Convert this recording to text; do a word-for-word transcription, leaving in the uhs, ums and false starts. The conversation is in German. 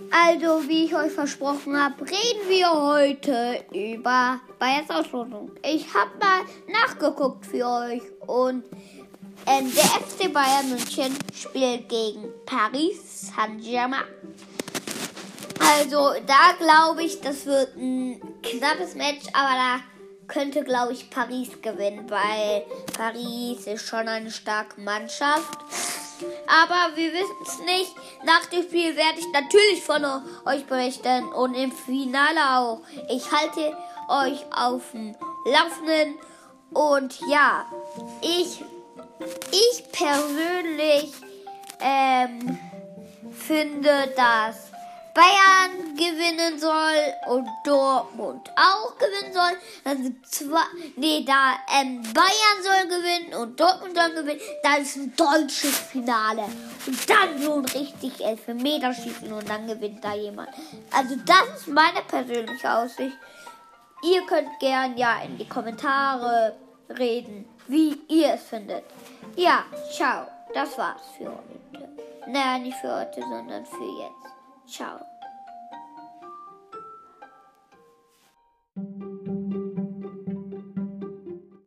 Also, wie ich euch versprochen habe, reden wir heute über Bayerns Auslosung. Ich habe mal nachgeguckt für euch und ähm, der F C Bayern München spielt gegen Paris Saint-Germain. Also, da glaube ich, das wird ein knappes Match, aber da könnte, glaube ich, Paris gewinnen, weil Paris ist schon eine starke Mannschaft. Aber wir wissen es nicht. Nach dem Spiel werde ich natürlich von euch berichten und im Finale auch. Ich halte euch auf dem Laufenden. Und ja, ich, ich persönlich ähm, finde, dass Bayern gewinnen soll und Dortmund auch gewinnen soll. Dann sind zwei, nee, da ähm, Bayern soll gewinnen und Dortmund soll gewinnen. Dann ist ein deutsches Finale. Und dann so ein richtig Elfmeterschießen und dann gewinnt da jemand. Also das ist meine persönliche Aussicht. Ihr könnt gern ja in die Kommentare reden, wie ihr es findet. Ja, ciao. Das war's für heute. Naja, nicht für heute, sondern für jetzt. Ciao.